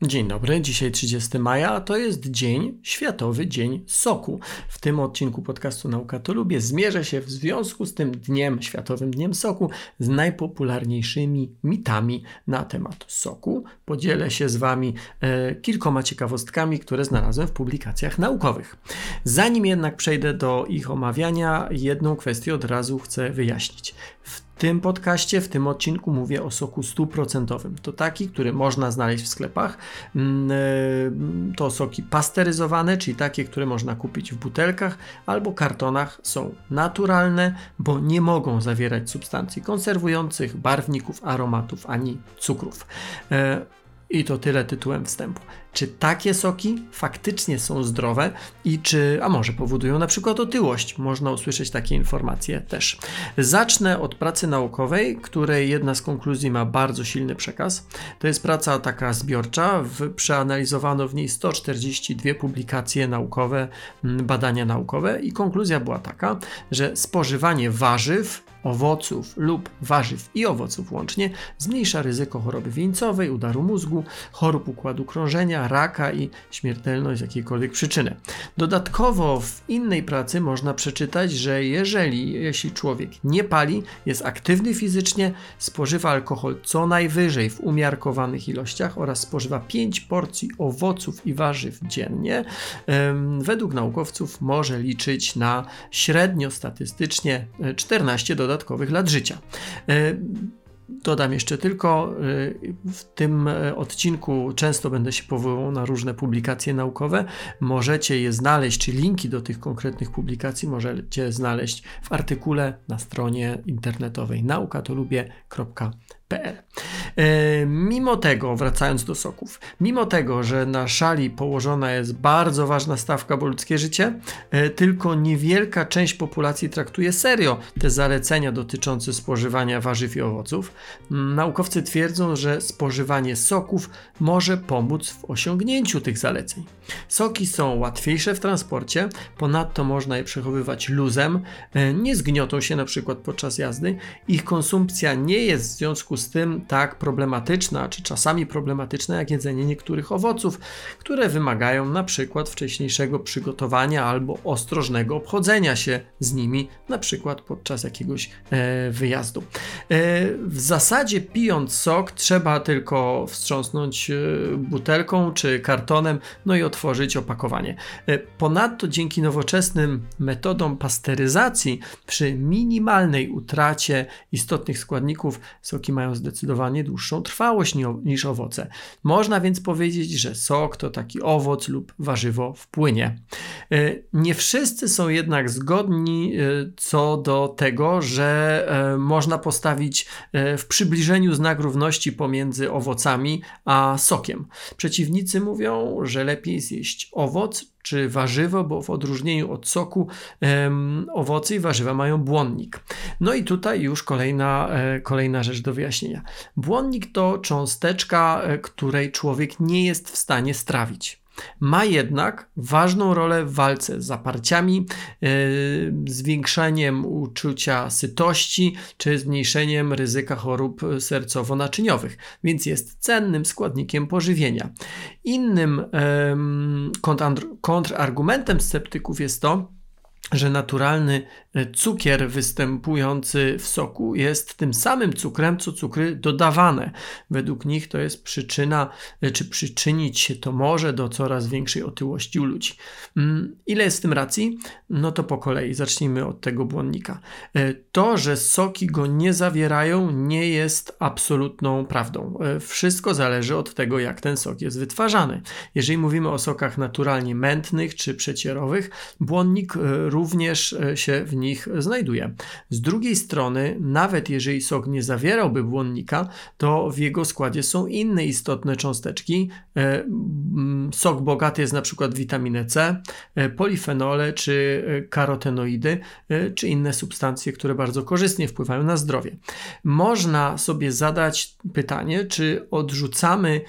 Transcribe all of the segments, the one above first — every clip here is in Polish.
Dzień dobry, dzisiaj 30 maja, a to jest Światowy Dzień Soku. W tym odcinku podcastu Nauka to Lubię zmierzę się w związku z tym Światowym Dniem Soku z najpopularniejszymi mitami na temat soku. Podzielę się z Wami kilkoma ciekawostkami, które znalazłem w publikacjach naukowych. Zanim jednak przejdę do ich omawiania, jedną kwestię od razu chcę wyjaśnić. W tym podcaście, w tym odcinku mówię o soku 100%. To taki, który można znaleźć w sklepach. To soki pasteryzowane, czyli takie, które można kupić w butelkach albo kartonach. Są naturalne, bo nie mogą zawierać substancji konserwujących, barwników, aromatów ani cukrów. I to tyle tytułem wstępu. Czy takie soki faktycznie są zdrowe a może powodują na przykład otyłość? Można usłyszeć takie informacje też. Zacznę od pracy naukowej, której jedna z konkluzji ma bardzo silny przekaz. To jest praca taka zbiorcza, przeanalizowano w niej 142 publikacje naukowe, badania naukowe i konkluzja była taka, że spożywanie warzyw, owoców lub warzyw i owoców łącznie zmniejsza ryzyko choroby wieńcowej, udaru mózgu, chorób układu krążenia, raka i śmiertelność z jakiejkolwiek przyczyny. Dodatkowo w innej pracy można przeczytać, że jeśli człowiek nie pali, jest aktywny fizycznie, spożywa alkohol co najwyżej w umiarkowanych ilościach oraz spożywa 5 porcji owoców i warzyw dziennie, według naukowców może liczyć na średnio statystycznie 14 dodatkowych lat życia. Dodam jeszcze tylko, w tym odcinku często będę się powoływał na różne publikacje naukowe. Możecie je znaleźć, czy linki do tych konkretnych publikacji możecie znaleźć w artykule na stronie internetowej naukatolubię.pl. Mimo tego, wracając do soków, mimo tego, że na szali położona jest bardzo ważna stawka, bo ludzkie życie, tylko niewielka część populacji traktuje serio te zalecenia dotyczące spożywania warzyw i owoców. Naukowcy twierdzą, że spożywanie soków może pomóc w osiągnięciu tych zaleceń. Soki są łatwiejsze w transporcie, ponadto można je przechowywać luzem, nie zgniotą się na przykład podczas jazdy. Ich konsumpcja nie jest w związku z tym tak problematyczna, czy czasami problematyczna jak jedzenie niektórych owoców, które wymagają na przykład wcześniejszego przygotowania albo ostrożnego obchodzenia się z nimi, na przykład podczas jakiegoś wyjazdu. W zasadzie pijąc sok trzeba tylko wstrząsnąć butelką czy kartonem, no i otworzyć opakowanie. Ponadto dzięki nowoczesnym metodom pasteryzacji przy minimalnej utracie istotnych składników soki mają zdecydowanie dłuższą trwałość niż owoce. Można więc powiedzieć, że sok to taki owoc lub warzywo w płynie. Nie wszyscy są jednak zgodni co do tego, że można postawić w przybliżeniu znak równości pomiędzy owocami a sokiem. Przeciwnicy mówią, że lepiej zjeść owoc czy warzywo, bo w odróżnieniu od soku owoce i warzywa mają błonnik. No i tutaj już kolejna rzecz do wyjaśnienia. Błonnik to cząsteczka, której człowiek nie jest w stanie strawić. Ma jednak ważną rolę w walce z zaparciami, zwiększeniem uczucia sytości czy zmniejszeniem ryzyka chorób sercowo-naczyniowych, więc jest cennym składnikiem pożywienia. Innym kontrargumentem sceptyków jest to, że naturalny cukier występujący w soku jest tym samym cukrem, co cukry dodawane. Według nich to jest przyczynić się to może do coraz większej otyłości u ludzi. Ile jest w tym racji? No to po kolei. Zacznijmy od tego błonnika. To, że soki go nie zawierają, nie jest absolutną prawdą. Wszystko zależy od tego, jak ten sok jest wytwarzany. Jeżeli mówimy o sokach naturalnie mętnych czy przecierowych, błonnik również się w nich znajduje. Z drugiej strony, nawet jeżeli sok nie zawierałby błonnika, to w jego składzie są inne istotne cząsteczki. Sok bogaty jest na przykład w witaminę C, polifenole czy karotenoidy, czy inne substancje, które bardzo korzystnie wpływają na zdrowie. Można sobie zadać pytanie, czy odrzucamy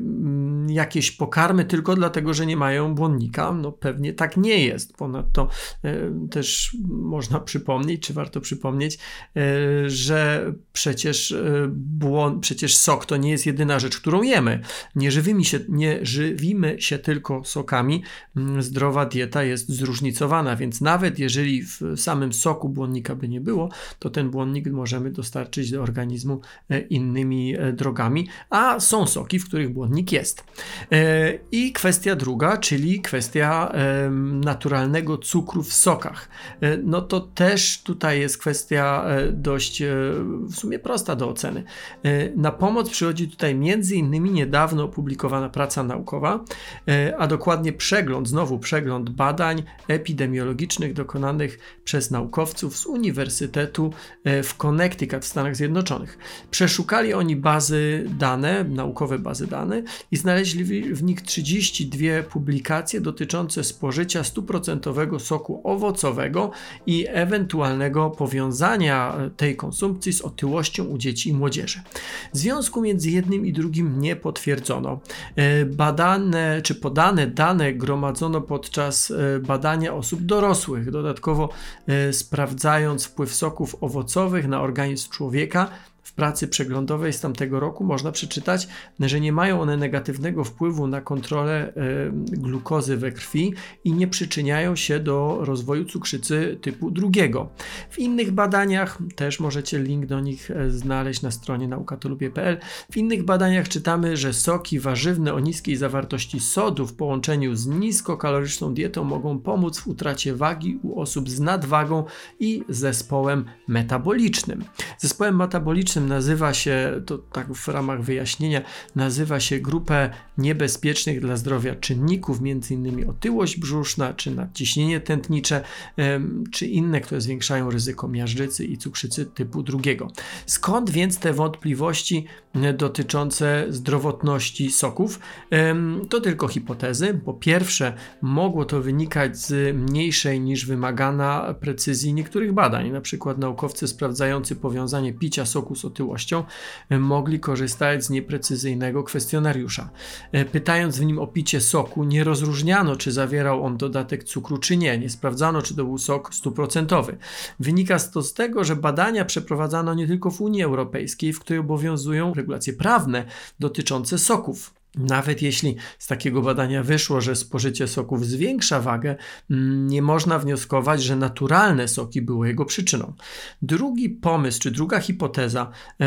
jakieś pokarmy tylko dlatego, że nie mają błonnika? No pewnie tak nie jest. Ponadto też można przypomnieć, czy warto przypomnieć, że przecież sok to nie jest jedyna rzecz, którą jemy. Nie żywimy się tylko sokami. Zdrowa dieta jest zróżnicowana, więc nawet jeżeli w samym soku błonnika by nie było, to ten błonnik możemy dostarczyć do organizmu innymi drogami, a są soki, w których błonnik jest. I kwestia druga, czyli kwestia naturalnego cukru w sokach. No to też tutaj jest kwestia dość w sumie prosta do oceny. Na pomoc przychodzi tutaj między innymi niedawno opublikowana praca naukowa, a dokładnie przegląd badań epidemiologicznych dokonanych przez naukowców z Uniwersytetu w Connecticut w Stanach Zjednoczonych. Przeszukali oni naukowe bazy danych i znaleźli w nich 32 publikacje dotyczące spożycia 100% soku owocowego i ewentualnego powiązania tej konsumpcji z otyłością u dzieci i młodzieży. Związku między jednym i drugim nie potwierdzono. Podane dane gromadzono podczas badania osób dorosłych, dodatkowo sprawdzając wpływ soków owocowych na organizm człowieka. W pracy przeglądowej z tamtego roku można przeczytać, że nie mają one negatywnego wpływu na kontrolę glukozy we krwi i nie przyczyniają się do rozwoju cukrzycy typu 2. W innych badaniach, też możecie link do nich znaleźć na stronie naukatolubie.pl, w innych badaniach czytamy, że soki warzywne o niskiej zawartości sodu w połączeniu z niskokaloryczną dietą mogą pomóc w utracie wagi u osób z nadwagą i zespołem metabolicznym. Zespołem metabolicznym nazywa się, to tak w ramach wyjaśnienia, nazywa się grupę niebezpiecznych dla zdrowia czynników, m.in. otyłość brzuszna, czy nadciśnienie tętnicze, czy inne, które zwiększają ryzyko miażdżycy i cukrzycy typu 2. Skąd więc te wątpliwości dotyczące zdrowotności soków? To tylko hipotezy. Po pierwsze, mogło to wynikać z mniejszej niż wymagana precyzji niektórych badań. Na przykład naukowcy sprawdzający powiązanie picia soku z otyłością mogli korzystać z nieprecyzyjnego kwestionariusza. Pytając w nim o picie soku, nie rozróżniano, czy zawierał on dodatek cukru, czy nie. Nie sprawdzano, czy to był sok 100%. Wynika to z tego, że badania przeprowadzano nie tylko w Unii Europejskiej, w której obowiązują regulacje prawne dotyczące soków. Nawet jeśli z takiego badania wyszło, że spożycie soków zwiększa wagę, nie można wnioskować, że naturalne soki były jego przyczyną. Drugi pomysł, czy druga hipoteza,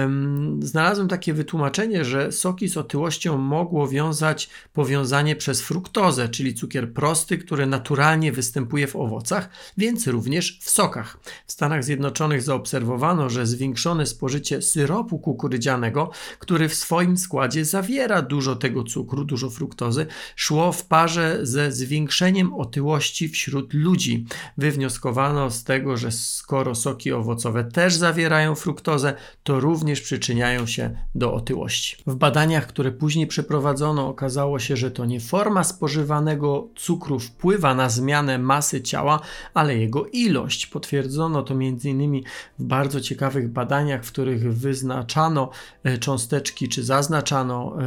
znalazłem takie wytłumaczenie, że soki z otyłością mogło wiązać powiązanie przez fruktozę, czyli cukier prosty, który naturalnie występuje w owocach, więc również w sokach. W Stanach Zjednoczonych zaobserwowano, że zwiększone spożycie syropu kukurydzianego, który w swoim składzie zawiera dużo tego cukru, dużo fruktozy, szło w parze ze zwiększeniem otyłości wśród ludzi. Wywnioskowano z tego, że skoro soki owocowe też zawierają fruktozę, to również przyczyniają się do otyłości. W badaniach, które później przeprowadzono, okazało się, że to nie forma spożywanego cukru wpływa na zmianę masy ciała, ale jego ilość. Potwierdzono to m.in. w bardzo ciekawych badaniach, w których wyznaczano cząsteczki, czy zaznaczano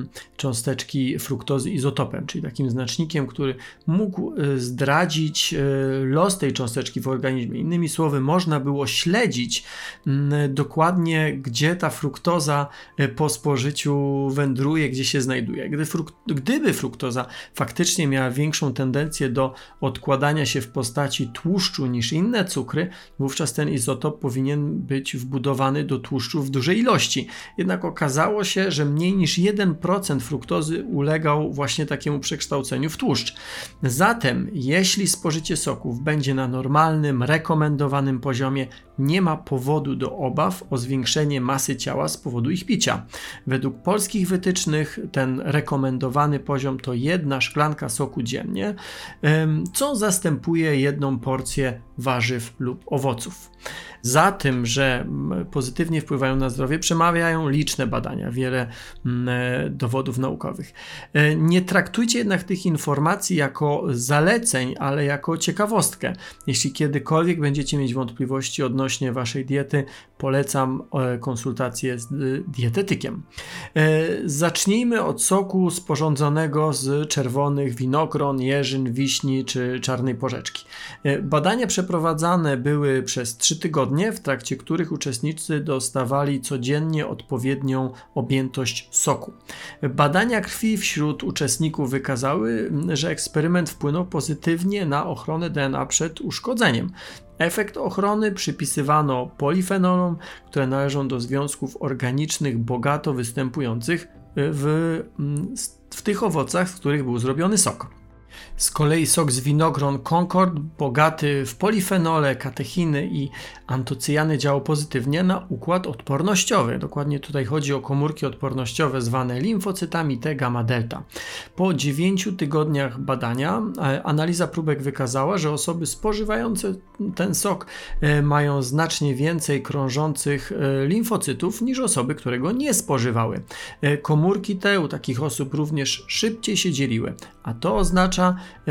cząsteczki fruktozy izotopem, czyli takim znacznikiem, który mógł zdradzić los tej cząsteczki w organizmie. Innymi słowy, można było śledzić dokładnie, gdzie ta fruktoza po spożyciu wędruje, gdzie się znajduje. Gdyby fruktoza faktycznie miała większą tendencję do odkładania się w postaci tłuszczu niż inne cukry, wówczas ten izotop powinien być wbudowany do tłuszczu w dużej ilości. Jednak okazało się, że mniej niż 1% fruktozy ulegał właśnie takiemu przekształceniu w tłuszcz. Zatem, jeśli spożycie soków będzie na normalnym, rekomendowanym poziomie, nie ma powodu do obaw o zwiększenie masy ciała z powodu ich picia. Według polskich wytycznych ten rekomendowany poziom to 1 szklanka soku dziennie, co zastępuje 1 porcję warzyw lub owoców. Za tym, że pozytywnie wpływają na zdrowie, przemawiają liczne badania, wiele dowodów naukowych. Nie traktujcie jednak tych informacji jako zaleceń, ale jako ciekawostkę. Jeśli kiedykolwiek będziecie mieć wątpliwości odnośnie odnośnie waszej diety, polecam konsultację z dietetykiem. Zacznijmy od soku sporządzonego z czerwonych winogron, jeżyn, wiśni czy czarnej porzeczki. Badania przeprowadzane były przez 3 tygodnie, w trakcie których uczestnicy dostawali codziennie odpowiednią objętość soku. Badania krwi wśród uczestników wykazały, że eksperyment wpłynął pozytywnie na ochronę DNA przed uszkodzeniem. Efekt ochrony przypisywano polifenolom, które należą do związków organicznych bogato występujących w tych owocach, z których był zrobiony sok. Z kolei sok z winogron Concord, bogaty w polifenole, katechiny i antocyjany, działał pozytywnie na układ odpornościowy. Dokładnie tutaj chodzi o komórki odpornościowe zwane limfocytami T gamma delta. Po 9 tygodniach badania analiza próbek wykazała, że osoby spożywające ten sok mają znacznie więcej krążących limfocytów niż osoby, które go nie spożywały. Komórki te u takich osób również szybciej się dzieliły, a to oznacza,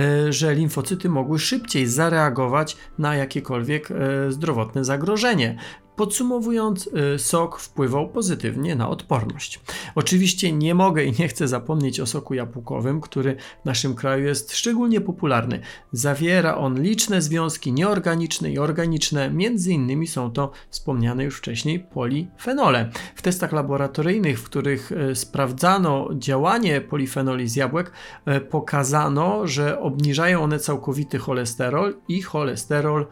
że limfocyty mogły szybciej zareagować na jakiekolwiek zdrowotne zagrożenie. Podsumowując, sok wpływał pozytywnie na odporność. Oczywiście nie mogę i nie chcę zapomnieć o soku jabłkowym, który w naszym kraju jest szczególnie popularny. Zawiera on liczne związki nieorganiczne i organiczne, między innymi są to wspomniane już wcześniej polifenole. W testach laboratoryjnych, w których sprawdzano działanie polifenoli z jabłek, pokazano, że obniżają one całkowity cholesterol i cholesterol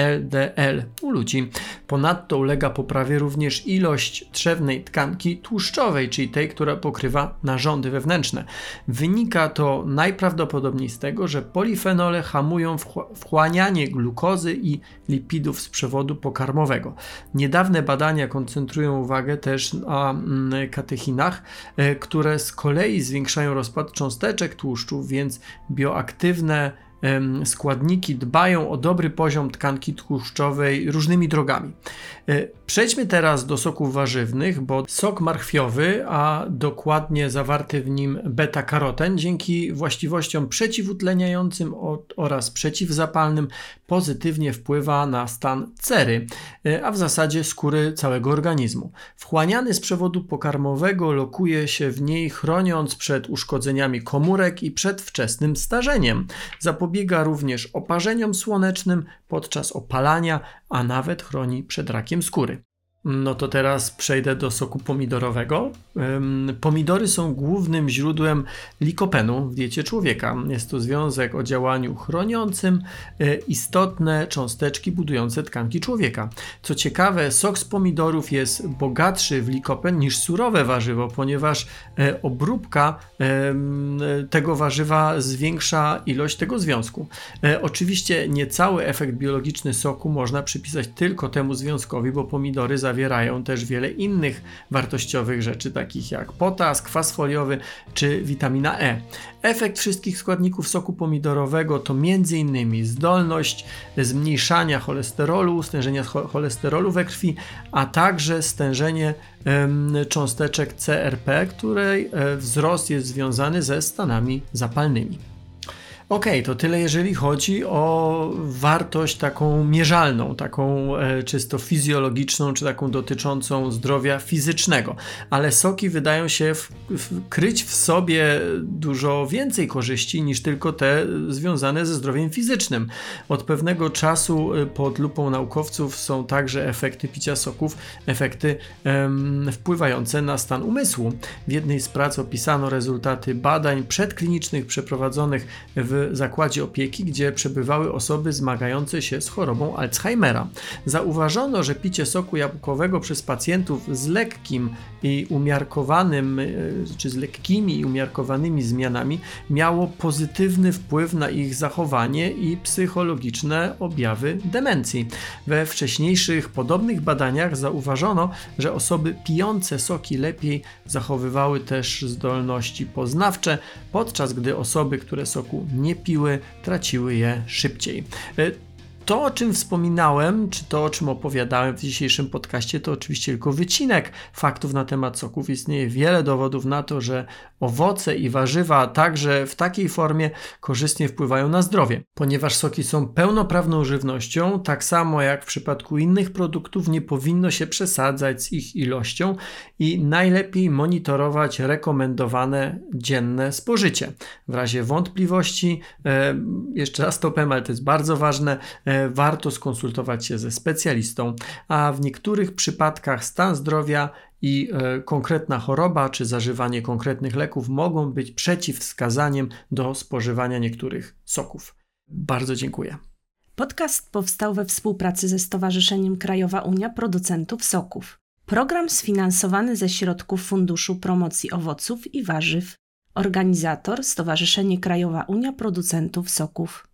LDL u ludzi. Ponadto ulega poprawie również ilość trzewnej tkanki tłuszczowej, czyli tej, która pokrywa narządy wewnętrzne. Wynika to najprawdopodobniej z tego, że polifenole hamują wchłanianie glukozy i lipidów z przewodu pokarmowego. Niedawne badania koncentrują uwagę też na katechinach, które z kolei zwiększają rozpad cząsteczek tłuszczu, więc bioaktywne składniki dbają o dobry poziom tkanki tłuszczowej różnymi drogami. Przejdźmy teraz do soków warzywnych, bo sok marchwiowy, a dokładnie zawarty w nim beta-karoten, dzięki właściwościom przeciwutleniającym oraz przeciwzapalnym pozytywnie wpływa na stan cery, a w zasadzie skóry całego organizmu. Wchłaniany z przewodu pokarmowego lokuje się w niej, chroniąc przed uszkodzeniami komórek i przed wczesnym starzeniem. Zapobiega również oparzeniom słonecznym podczas opalania, a nawet chroni przed rakiem skóry. No to teraz przejdę do soku pomidorowego. Pomidory są głównym źródłem likopenu w diecie człowieka. Jest to związek o działaniu chroniącym istotne cząsteczki budujące tkanki człowieka. Co ciekawe, sok z pomidorów jest bogatszy w likopen niż surowe warzywo, ponieważ obróbka tego warzywa zwiększa ilość tego związku. Oczywiście nie cały efekt biologiczny soku można przypisać tylko temu związkowi, bo pomidory zawierają też wiele innych wartościowych rzeczy, takich jak potas, kwas foliowy czy witamina E. Efekt wszystkich składników soku pomidorowego to m.in. zdolność zmniejszania cholesterolu, stężenia cholesterolu we krwi, a także stężenie cząsteczek CRP, której wzrost jest związany ze stanami zapalnymi. Okej, to tyle jeżeli chodzi o wartość taką mierzalną, taką czysto fizjologiczną, czy taką dotyczącą zdrowia fizycznego. Ale soki wydają się kryć w sobie dużo więcej korzyści niż tylko te związane ze zdrowiem fizycznym. Od pewnego czasu pod lupą naukowców są także efekty picia soków, efekty wpływające na stan umysłu. W jednej z prac opisano rezultaty badań przedklinicznych przeprowadzonych w zakładzie opieki, gdzie przebywały osoby zmagające się z chorobą Alzheimera. Zauważono, że picie soku jabłkowego przez pacjentów z lekkim i umiarkowanym, czy z lekkimi i umiarkowanymi zmianami miało pozytywny wpływ na ich zachowanie i psychologiczne objawy demencji. We wcześniejszych podobnych badaniach zauważono, że osoby pijące soki lepiej zachowywały też zdolności poznawcze, podczas gdy osoby, które soku nie piły, traciły je szybciej. To, o czym wspominałem, czy to, o czym opowiadałem w dzisiejszym podcaście, to oczywiście tylko wycinek faktów na temat soków. Istnieje wiele dowodów na to, że owoce i warzywa także w takiej formie korzystnie wpływają na zdrowie. Ponieważ soki są pełnoprawną żywnością, tak samo jak w przypadku innych produktów, nie powinno się przesadzać z ich ilością i najlepiej monitorować rekomendowane dzienne spożycie. W razie wątpliwości, jeszcze raz to powiem, ale to jest bardzo ważne, warto skonsultować się ze specjalistą, a w niektórych przypadkach stan zdrowia i konkretna choroba czy zażywanie konkretnych leków mogą być przeciwwskazaniem do spożywania niektórych soków. Bardzo dziękuję. Podcast powstał we współpracy ze Stowarzyszeniem Krajowa Unia Producentów Soków. Program sfinansowany ze środków Funduszu Promocji Owoców i Warzyw. Organizator Stowarzyszenie Krajowa Unia Producentów Soków.